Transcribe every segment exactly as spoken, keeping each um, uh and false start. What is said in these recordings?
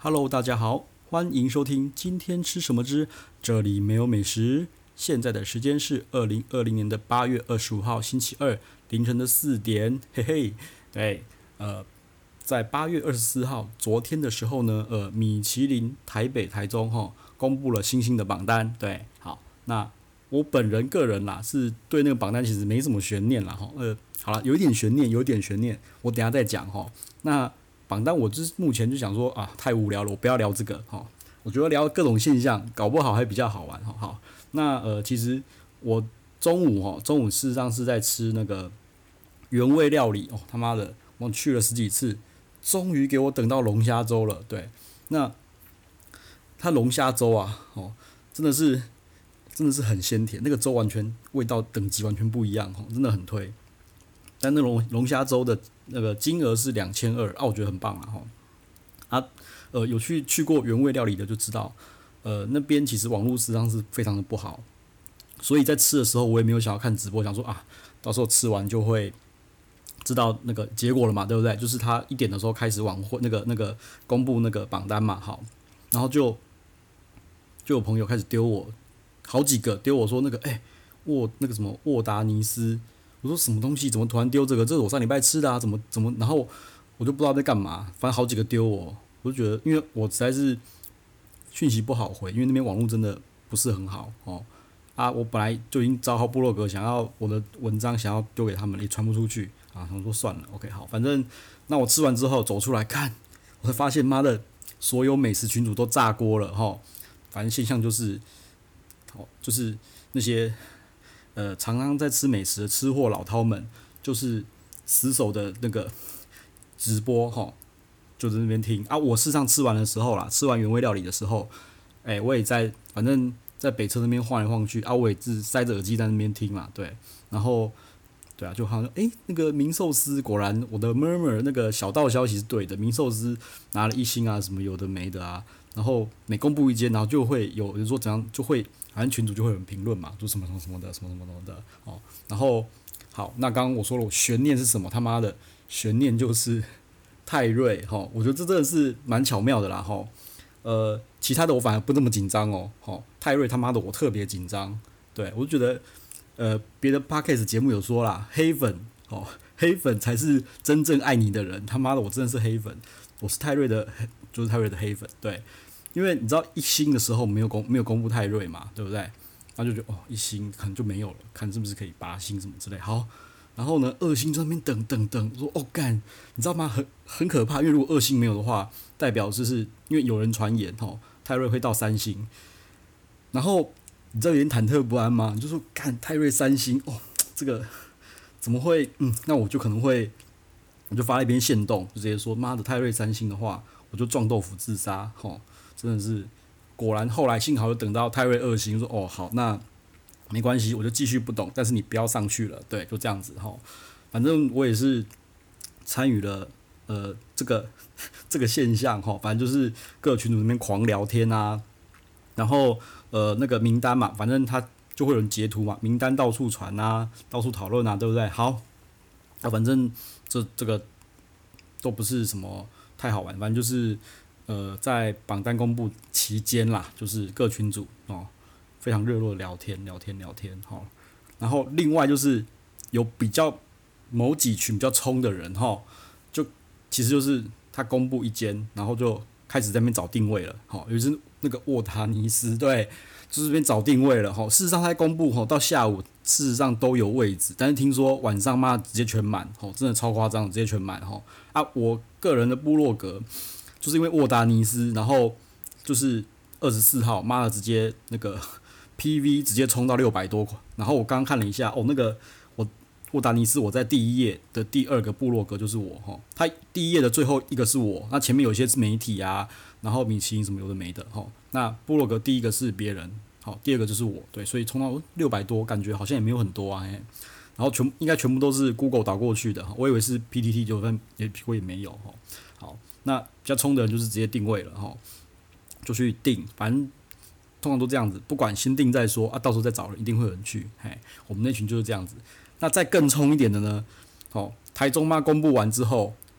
Hello，大家好，欢迎收听今天吃什么之这里没有美食。现在的时间是二零二零年的八月二十五号星期二凌晨的四点，嘿嘿，对，呃，在八月二十四号昨天的时候呢，呃，米其林台北、台中哈公布了新兴的榜单，对，好，那我本人个人啦是对那个榜单其实没什么悬念啦哈，呃，好了，有一点悬念，有一点悬念，我等一下再讲哈。那榜单我就是目前就想说啊，太无聊了，我不要聊这个哈。我觉得聊各种现象，搞不好还比较好玩哈。好，那呃，其实我中午哈，中午事实上是在吃那个原味料理哦，他妈的，我去了十几次，终于给我等到龙虾粥了。对，那它龙虾粥啊，哦，真的是真的是很鲜甜，那个粥完全味道等级完全不一样哦，真的很推。但那龙龙虾粥的那个金额是两千二啊，我觉得很棒啊哈。啊，呃，有去去过原味料理的就知道，呃，那边其实网络实际上是非常的不好，所以在吃的时候我也没有想要看直播，想说啊，到时候吃完就会知道那个结果了嘛，对不对？就是他一点的时候开始晚会那个那个公布那个榜单嘛，好，然后就就有朋友开始丢我好几个丢我说那个哎、欸、沃那个什么沃达尼斯，我说什么东西？怎么突然丢这个？这是我上礼拜吃的啊，怎么怎么？然后我就不知道在干嘛，反正好几个丢我，我就觉得，因为我实在是讯息不好回，因为那边网络真的不是很好哦。啊，我本来就已经找好部落格，想要我的文章想要丢给他们，也传不出去啊。他说算了，OK，好，反正那我吃完之后走出来看，我才发现妈的，所有美食群组都炸锅了哈。反正现象就是，哦，就是那些呃常常在吃美食的吃货老饕们，就是死守的那个直播哈，就在那边听啊。我事实上吃完的时候啦，吃完原味料理的时候，哎、欸，我也在，反正在北车那边晃来晃去啊，我也是塞着耳机在那边听嘛，对，然后对啊，就好像哎、欸，那个明寿司果然我的 murmur 那个小道消息是对的，明寿司拿了一星啊，什么有的没的啊，然后每公布一间，然后就会有人说怎样，就会反正群主就会有人评论嘛，就什么什么什么的，什么什么什么的哦，然后好，那刚刚我说了，我悬念是什么？他妈的悬念就是泰瑞哈，我觉得这真的是蛮巧妙的啦哈。呃，其他的我反而不那么紧张哦。好，泰瑞他妈的我特别紧张。对我就觉得，呃，别的 podcast 节目有说啦，黑粉哦，黑粉才是真正爱你的人。他妈的，我真的是黑粉，我是泰瑞的，就是泰瑞的黑粉。对，因为你知道一星的时候没有公没有公布泰瑞嘛，对不对？然后就觉得哦，一星可能就没有了，看是不是可以八星什么之类。好，然后呢，二星在那边等等等，我说哦干，你知道吗？很很可怕，因为如果二星没有的话，代表就是因为有人传言哦，泰瑞会到三星，然后你知道有点忐忑不安吗？你就说干泰瑞三星哦，这个怎么会？嗯，那我就可能会，我就发了一篇限动，就直接说妈的泰瑞三星的话，我就撞豆腐自杀，吼，真的是。果然后来幸好又等到泰瑞二星，说哦好，那没关系，我就继续不懂，但是你不要上去了，对，就这样子哈。反正我也是参与了呃这个这个现象哈，反正就是各群组里面狂聊天啊，然后呃那个名单嘛，反正他就会有人截图嘛，名单到处传啊，到处讨论啊，对不对？好，啊反正这这个都不是什么太好玩，反正就是呃在榜单公布期间啦，就是各群组哦非常热络的聊天聊天聊天哈，然后另外就是有比较某几群比较冲的人哈，就其实就是他公布一间，然后就开始在那边找定位了，好，尤其是那个沃塔尼斯，对，就是这边找定位了哈。事实上他公布哈到下午，事实上都有位置，但是听说晚上嘛直接全满，吼，真的超夸张，直接全满哈。啊，我个人的部落格就是因为沃达尼斯，然后就是二十四号，妈的直接那个 P V 直接冲到六百多块，然后我刚刚看了一下，哦，那个我沃达尼斯我在第一页的第二个部落格就是我哈，他第一页的最后一个是我，那前面有一些是媒体啊，然后米其林什么有的没的哈，那部落格第一个是别人，好，第二个就是我，对，所以冲到六百多，感觉好像也没有很多啊，嘿，然后全应该全部都是 Google 导过去的，我以为是 P T T 就分也结果也没有哈，好，那比较冲的人就是直接定位了哈，就去定，反正通常都这样子，不管先定再说啊，到时候再找人，一定会有人去。嘿，我们那群就是这样子。那再更冲一点的呢，哦，台中嘛公布完之后，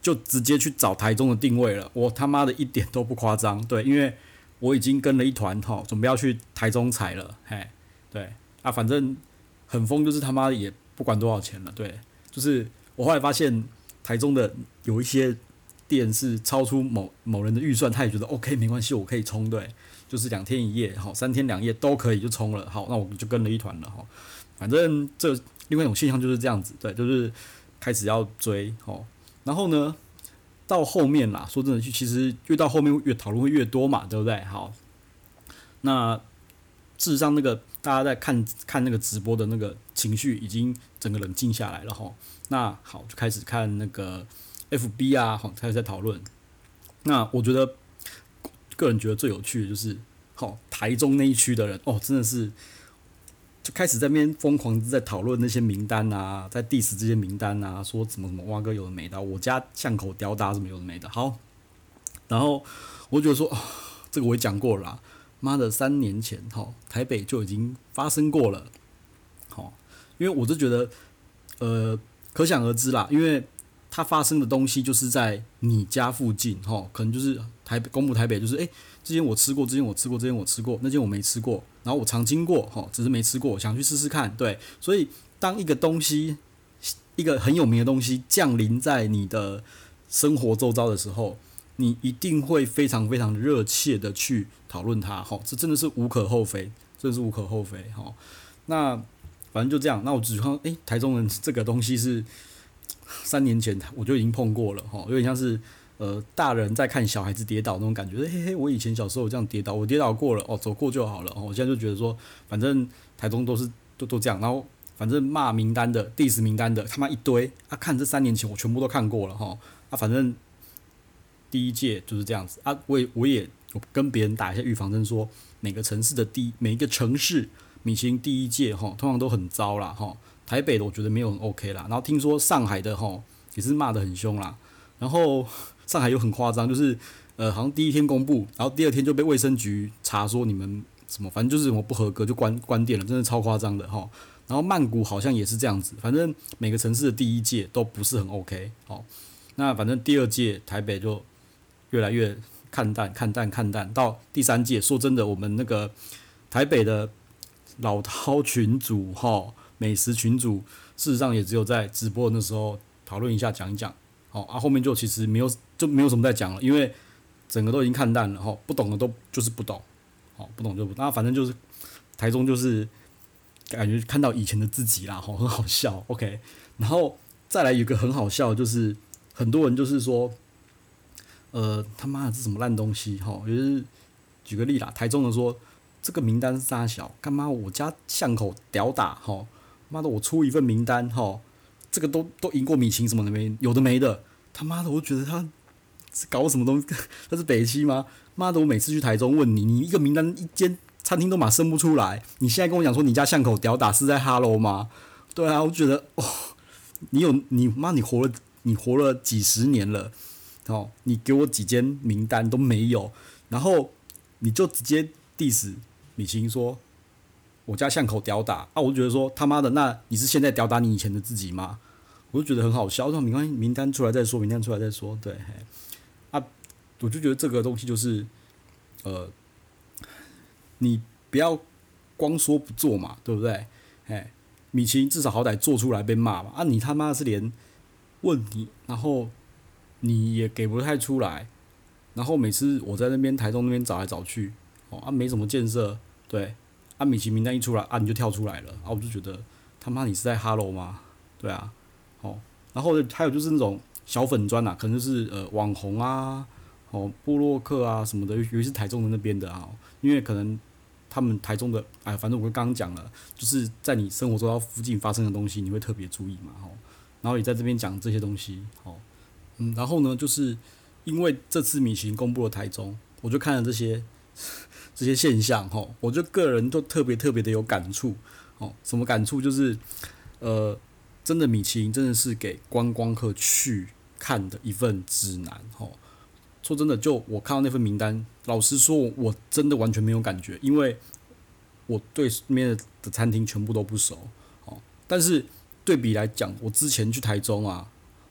就直接去找台中的定位了，我他妈的一点都不夸张，对，因为我已经跟了一团哈，准备要去台中踩了，嘿，对啊，反正很疯，就是他妈也不管多少钱了，对，就是我后来发现台中的有一些店是超出某某人的预算，他也觉得 OK 没关系，我可以冲，对，就是两天一夜，好，三天两夜都可以就冲了，好，那我就跟了一团了哈，反正这另外一种现象就是这样子，对，就是开始要追，哦，然后呢？到后面啦，说真的，其实越到后面越讨论会越多嘛，对不对？好，那事实上那个大家在看看那个直播的那个情绪已经整个冷静下来了哈。那好，就开始看那个 F B 啊，好，开始在讨论。那我觉得个人觉得最有趣的就是，好，台中那一区的人哦，真的是就开始在那边疯狂在讨论那些名单啊，在 diss 这些名单啊，说什么什么蛙哥有的没的，我家巷口吊打什么有的没的。好，然后我觉得说，哦，这个我也讲过了啦，妈的，三年前哈，台北就已经发生过了，好，因为我就觉得，呃，可想而知啦，因为它发生的东西就是在你家附近，哈，可能就是台北公布台北，就是哎、欸，这间我吃过，这间我吃过，这间我吃过，那间我没吃过，然后我常经过，哈，只是没吃过，想去试试看，对，所以当一个东西，一个很有名的东西降临在你的生活周遭的时候，你一定会非常非常热切的去讨论它，哈，这真的是无可厚非，真的是无可厚非，哈，那反正就这样，那我只看，哎、欸，台中人这个东西是。三年前我就已经碰过了哈，有点像是呃大人在看小孩子跌倒那种感觉，嘿嘿，我以前小时候这样跌倒，我跌倒过了哦，走过就好了哦。我现在就觉得说，反正台中都是都都这样，然后反正骂名单的、diss 名单的，他妈一堆啊！看这三年前我全部都看过了哈啊，反正第一届就是这样子啊，我也我也有跟别人打一下预防针，说每个城市的第每一个城市米其林第一届哈，通常都很糟啦哈。台北的我觉得没有很 OK 啦，然后听说上海的吼也是骂得很凶啦，然后上海又很夸张，就是呃好像第一天公布，然后第二天就被卫生局查说你们什么，反正就是什么不合格就关关店了，真的超夸张的吼。然后曼谷好像也是这样子，反正每个城市的第一届都不是很 OK 哦。那反正第二届台北就越来越看淡看淡看淡，到第三届说真的，我们那个台北的老饕群组吼。美食群组事实上也只有在直播的那时候讨论一下讲一讲，好啊，后面就其实没有就没有什么在讲了，因为整个都已经看淡了哈，不懂的都就是不懂，好不懂就不懂，那反正就是台中就是感觉看到以前的自己啦，很好笑 ，OK， 然后再来有一个很好笑的就是很多人就是说，呃他妈的这什么烂东西哈，就是举个例啦，台中人说这个名单是啥小，干妈我家巷口屌打哈。妈的，我出一份名单哈，这个都都赢过米其什么的没有的没的，他妈的，我觉得他是搞什么东西？他是北七吗？妈的，我每次去台中问你，你一个名单一间餐厅都马生不出来，你现在跟我讲说你家巷口屌打是在哈喽吗？对啊，我觉得哦，你有你妈你活了你活了几十年了，哦，你给我几间名单都没有，然后你就直接 diss 米其林说。我家巷口屌打啊！我就觉得说他妈的，那你是现在屌打你以前的自己吗？我就觉得很好笑。我说没关系，名单出来再说，名单出来再说。对，啊，我就觉得这个东西就是，呃，你不要光说不做嘛，对不对？哎，米其林至少好歹做出来被骂嘛。啊，你他妈是连问你，然后你也给不太出来，然后每次我在那边台中那边找来找去，哦啊，没什么建设，对。啊，米其名单一出来，啊，你就跳出来了，啊，我就觉得他妈你是在哈喽吗？对啊，哦，然后还有就是那种小粉砖啊，可能就是呃网红啊，哦部落客啊什么的，尤其是台中的那边的啊，因为可能他们台中的，哎，反正我刚刚讲了，就是在你生活周遭附近发生的东西，你会特别注意嘛，哦，然后也在这边讲这些东西，哦，嗯，然后呢，就是因为这次米其林公布了台中，我就看了这些。这些现象吼，我就个人都特别特别的有感触哦。什么感触？就是呃，真的米其林真的是给观光客去看的一份指南吼。说真的，就我看到那份名单，老实说，我真的完全没有感觉，因为我对那边的餐厅全部都不熟哦。但是对比来讲，我之前去台中啊，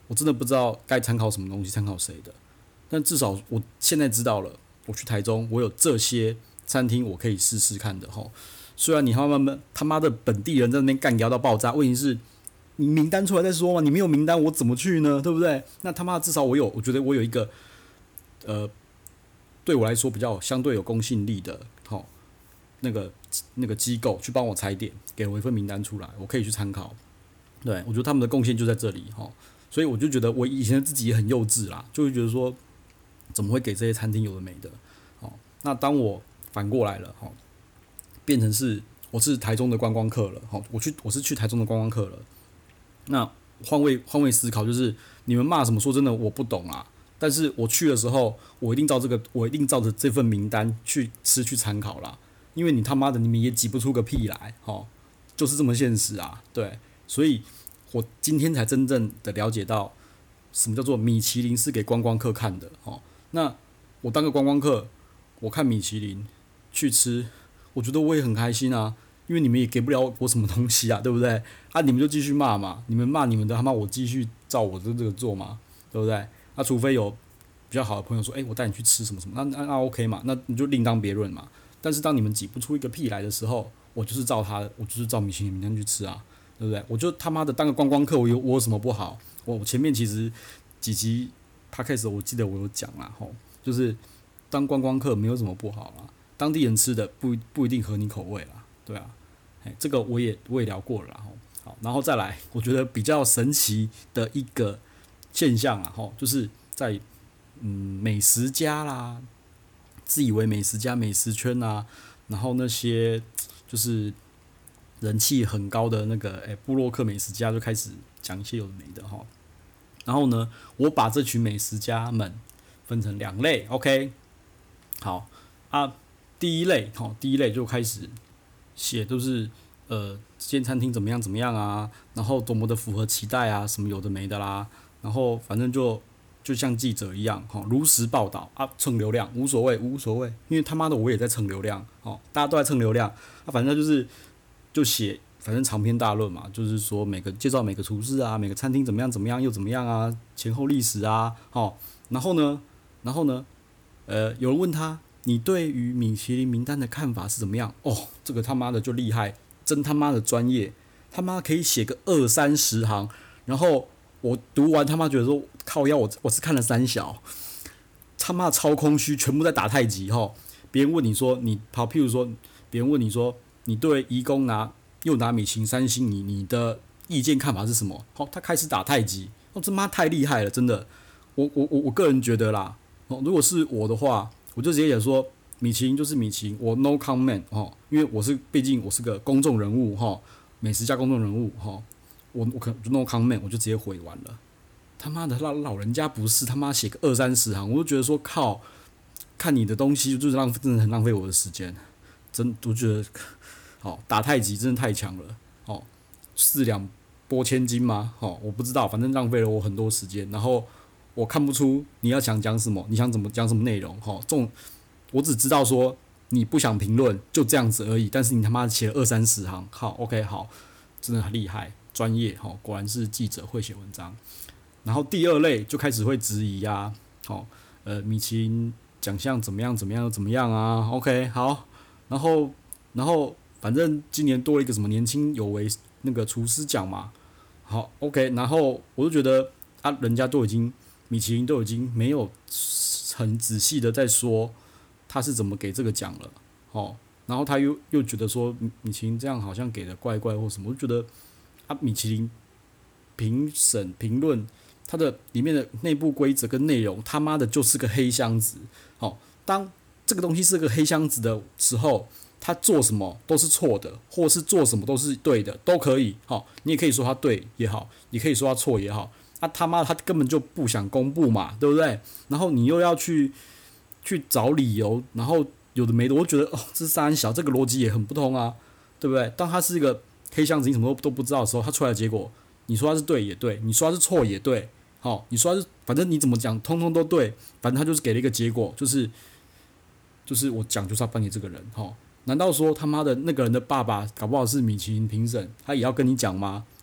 我真的不知道该参考什么东西，参考谁的。但至少我现在知道了，我去台中，我有这些餐厅我可以试试看的吼。虽然你他妈他妈的本地人在那边干掉到爆炸，问题是你名单出来再说嘛，你没有名单我怎么去呢？对不对？那他妈至少我有，我觉得我有一个呃，对我来说比较相对有公信力的吼那个那个机构去帮我踩点，给我一份名单出来，我可以去参考。对，我觉得他们的贡献就在这里哈，所以我就觉得我以前自己也很幼稚啦，就会觉得说怎么会给这些餐厅有的没的。哦，那当我反过来了哈，变成是我是台中的观光客了，好，我去我是去台中的观光客了。那换位换位思考，就是你们骂什么？说真的，我不懂啊。但是我去的时候，我一定照这个，我一定照着这份名单去吃去参考啦。因为你他妈的你们也挤不出个屁来，哈，就是这么现实啊，对。所以我今天才真正的了解到，什么叫做米其林是给观光客看的，哦。那我当个观光客，我看米其林去吃，我觉得我也很开心啊。因为你们也给不了我什么东西啊，对不对？啊，你们就继续骂嘛，你们骂你们的，他妈我继续照我的这个做嘛，对不对？那、啊、除非有比较好的朋友说，哎、欸，我带你去吃什么什么，那那那 OK 嘛，那你就另当别论嘛。但是当你们挤不出一个屁来的时候，我就是照他的，我就是照米其林名单去吃啊，对不对？我就他妈的当个观光客，我有我有什么不好？我前面其实几集 podcast 我记得我有讲啦，吼，就是当观光客没有什么不好啦，当地人吃的不不一定合你口味啦，对啊。这个我也我也聊过了啦，好，然后再来，我觉得比较神奇的一个现象啊，吼，就是在嗯美食家啦，自以为美食家、美食圈啊，然后那些就是人气很高的那个诶部落客美食家就开始讲一些有的没的哈，然后呢，我把这群美食家们分成两类 ，OK， 好啊，第一类，好，第一类就开始。写都是呃这间餐厅怎么样怎么样啊，然后多么的符合期待啊，什么有的没的啦，然后反正就就像记者一样，哈，如实报道啊，蹭流量无所谓无所谓，因为他妈的我也在蹭流量，哦，大家都在蹭流量，啊，反正就是就写反正长篇大论嘛，就是说每个介绍每个厨师啊，每个餐厅怎么样怎么样又怎么样啊，前后历史啊，哦，然后呢，然后呢，呃，有人问他。你对于米其林名单的看法是怎么样？哦，这个他妈的就厉害，真他妈的专业，他妈可以写个二三十行，然后我读完他妈觉得说靠腰，我我是看了三小，他妈超空虚，全部在打太极哈。别人问你说你好，譬如说别人问你说你对移工拿又拿米其林三星，你你的意见看法是什么？好，他开始打太极，哦，这妈太厉害了，真的，我我我我个人觉得啦，哦，如果是我的话。我就直接讲说，米其林就是米其林，我 no comment 哈，因为我是毕竟我是个公众人物哈，美食家公众人物哈，我我可能就 no comment，我就直接回完了。他妈的，老老人家不是他妈写个二三十行，我就觉得说靠，看你的东西就是浪，真的很浪费我的时间，真我觉得，好打太极真的太强了，哦，四两拨千斤吗？哦，我不知道，反正浪费了我很多时间，然后。我看不出你要想讲什么，你想怎么讲什么内容，哈，这种我只知道说你不想评论，就这样子而已。但是你他妈写了二三十行，好 ，OK， 好，真的很厉害，专业，哈，果然是记者会写文章。然后第二类就开始会质疑啊，好，呃，米其林奖项怎么样怎么样怎么样啊 ，OK， 好，然后然后反正今年多了一个什么年轻有为那个厨师奖嘛，好 ，OK， 然后我就觉得啊，人家都已经。米其林都已经没有很仔细的在说他是怎么给这个奖了，哦，然后他又又觉得说米其林这样好像给的怪怪或什么，我就觉得啊，米其林评审评论它的里面的内部规则跟内容，他妈的就是个黑箱子，哦，当这个东西是个黑箱子的时候，他做什么都是错的，或是做什么都是对的，都可以，好，你也可以说他对也好，你可以说他错也好。啊他妈他根本就不想公布嘛，对不对？然后你又要去去找理由，然后有的没的，我觉得哦，这三小这个逻辑也很不通啊，对不对？当他是一个黑箱子，你什么都不知道的时候，他出来的结果，你说他是对也对，你说他是错也对，好、哦，你说他是反正你怎么讲，通通都对，反正他就是给了一个结果，就是就是我讲就是要颁给这个人，哈、哦，难道说他妈的那个人的爸爸搞不好是米其林评审，他也要跟你讲吗？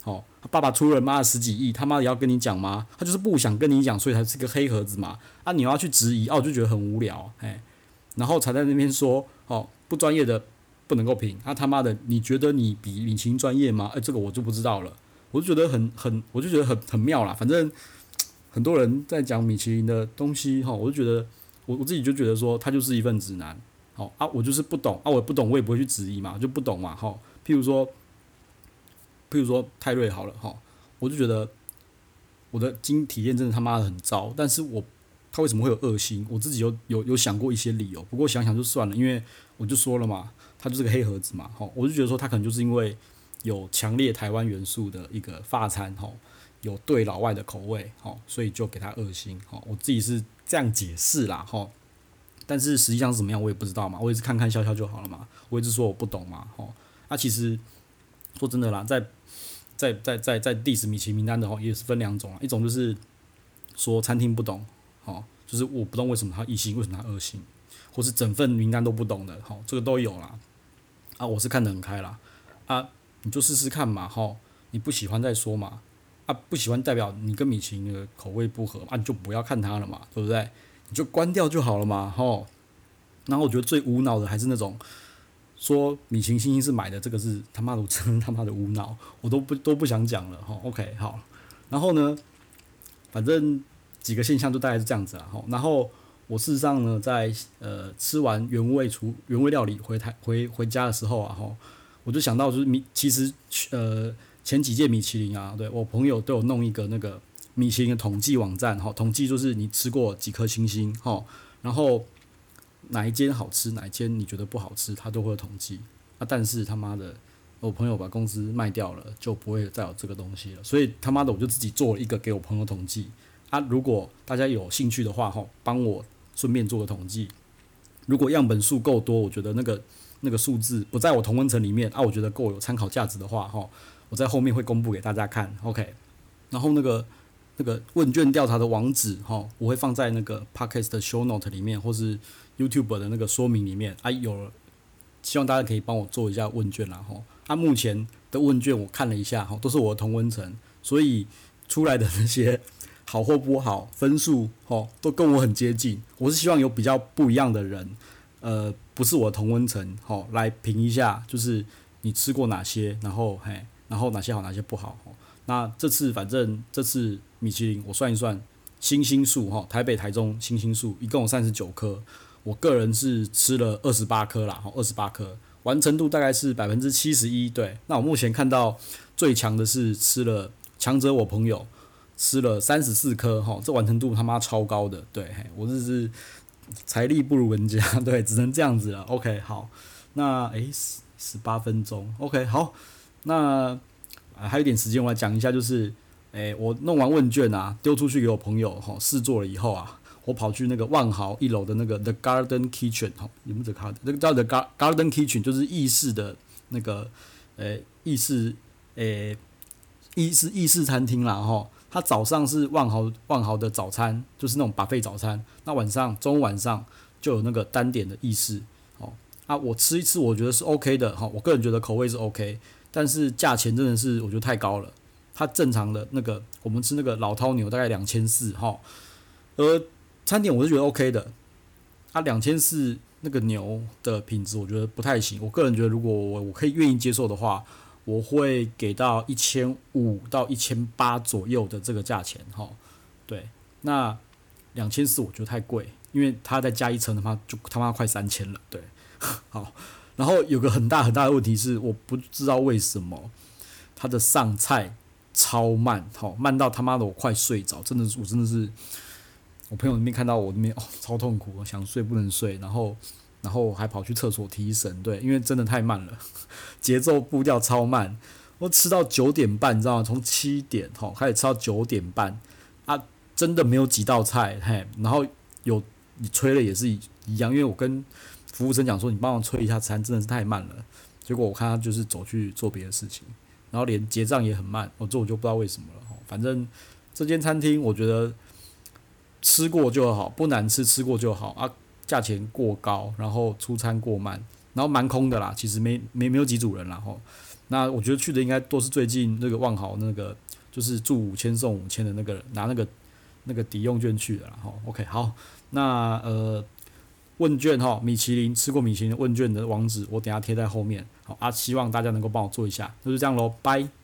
哦，他爸爸出了妈的十几亿，他妈也要跟你讲吗？他就是不想跟你讲，所以才是个黑盒子嘛。啊，你要去质疑，啊，我就觉得很无聊，哎，然后才在那边说，哦，不专业的不能够评，啊他妈的，你觉得你比米其林专业吗？哎，这个我就不知道了，我就觉得很很，我就觉得很很妙啦。反正很多人在讲米其林的东西，哈，我就觉得我我自己就觉得说，他就是一份指南，好啊，我就是不懂啊，我不懂，我也不会去质疑嘛，就不懂嘛，哈，譬如说。譬如说泰瑞好了哈，我就觉得我的经体验真的他妈的很糟，但是我他为什么会有恶心？我自己有有有想过一些理由，不过想想就算了，因为我就说了嘛，他就是个黑盒子嘛，哈，我就觉得说他可能就是因为有强烈台湾元素的一个法餐，哈，有对老外的口味，哈，所以就给他恶心，哈，我自己是这样解释啦，哈，但是实际上是怎么样我也不知道嘛，我也是看看笑笑就好了嘛，我一直说我不懂嘛，哈，那、啊、其实说真的啦，在在在在在第十米其林名单的话，也是分两种啊，一种就是说餐厅不懂，哦，就是我不懂为什么他一星，为什么他二星，或是整份名单都不懂的，好，这个都有啦。啊，我是看得很开啦，啊，你就试试看嘛，哈，你不喜欢再说嘛，啊，不喜欢代表你跟米其林的口味不合，啊，你就不要看它了嘛，对不对？你就关掉就好了嘛，哈。然后我觉得最无脑的还是那种。说米其林星星是买的，这个是他妈的，我真他妈的无脑，我都不都不想讲了哈。OK， 好，然后呢，反正几个现象就大概是这样子啦。然后我事实上呢，在呃吃完原味厨原味料理回台回回家的时候啊，哈，我就想到就是米，其实呃前几届米其林啊，对我朋友都有弄一个那个米其林的统计网站，哈，统计就是你吃过几颗星星，哈，然后。哪一间好吃，哪一间你觉得不好吃，他都会有统计啊。但是他妈的，我朋友把公司卖掉了，就不会再有这个东西了。所以他妈的，我就自己做了一个给我朋友统计啊。如果大家有兴趣的话，哈，帮我顺便做个统计。如果样本数够多，我觉得那个那个数字不在我同温层里面啊，我觉得够有参考价值的话，哈，我在后面会公布给大家看。OK， 然后那个。那个问卷调查的网址，哈，我会放在那个 Podcast 的 Show Note 里面，或是 YouTube 的那个说明里面。啊，有了，希望大家可以帮我做一下问卷啦，哈。啊，目前的问卷我看了一下，哈，都是我的同温层，所以出来的那些好或不好，分数，哈，都跟我很接近。我是希望有比较不一样的人，呃，不是我的同温层，哈，来评一下，就是你吃过哪些，然后嘿，然后哪些好，哪些不好，那这次反正这次米其林我算一算星星数哈，台北、台中星星数一共有三十九颗，我个人是吃了二十八颗啦，哈，二十八颗，完成度大概是百分之七十一。对，那我目前看到最强的是吃了强者我朋友吃了三十四颗哈，这完成度他妈超高的，对，我这是财力不如人家，对，只能这样子了。OK， 好，那诶十八分钟 ，OK， 好，那。啊，还有一点时间，我来讲一下，就是，诶，我弄完问卷啊，丢出去给我朋友哈试做了以后啊，我跑去那个万豪一楼的那个 The Garden Kitchen 哈，有没有这个？那个叫 The Garden Kitchen，就是意式的那个，诶，意式，诶，意式意式餐厅啦哈。它早上是万豪万豪的早餐，就是那种 buffet 早餐，那晚上中午晚上就有那个单点的意式，哦，啊，我吃一次我觉得是 OK 的哈，我个人觉得口味是 OK。但是价钱真的是我觉得太高了，它正常的那个我们吃那个老饕牛大概两千四哈，而餐点我是觉得 OK 的，它两千四那个牛的品质我觉得不太行，我个人觉得如果我我可以愿意接受的话，我会给到一千五到一千八左右的这个价钱哈，对，那两千四我觉得太贵，因为它再加一层的话就他妈快三千了，对，好。然后有个很大很大的问题是，我不知道为什么它的上菜超慢，好慢到他妈的我快睡着，真的是我真的是，我朋友那边看到我那边哦超痛苦，想睡不能睡，然后然后还跑去厕所提神，对，因为真的太慢了，节奏步调超慢，我吃到九点半，你知道吗？从七点哈开始吃到九点半啊，真的没有几道菜，嘿，然后有你吹了也是一样，因为我跟服务生讲说：“你帮我催一下餐，真的是太慢了。”结果我看他就是走去做别的事情，然后连结账也很慢。我这我就不知道为什么了。反正这间餐厅我觉得吃过就好，不难吃，吃过就好啊。价钱过高，然后出餐过慢，然后蛮空的啦，其实没没没有几组人啦吼。 那我觉得去的应该都是最近那个万豪那个就是住五千送五千的那个拿那个那个抵用券去的啦。哈 OK 好，那呃问卷哈，米其林吃过米其林问卷的网址，我等一下贴在后面。好啊，希望大家能够帮我做一下，就是这样喽，拜。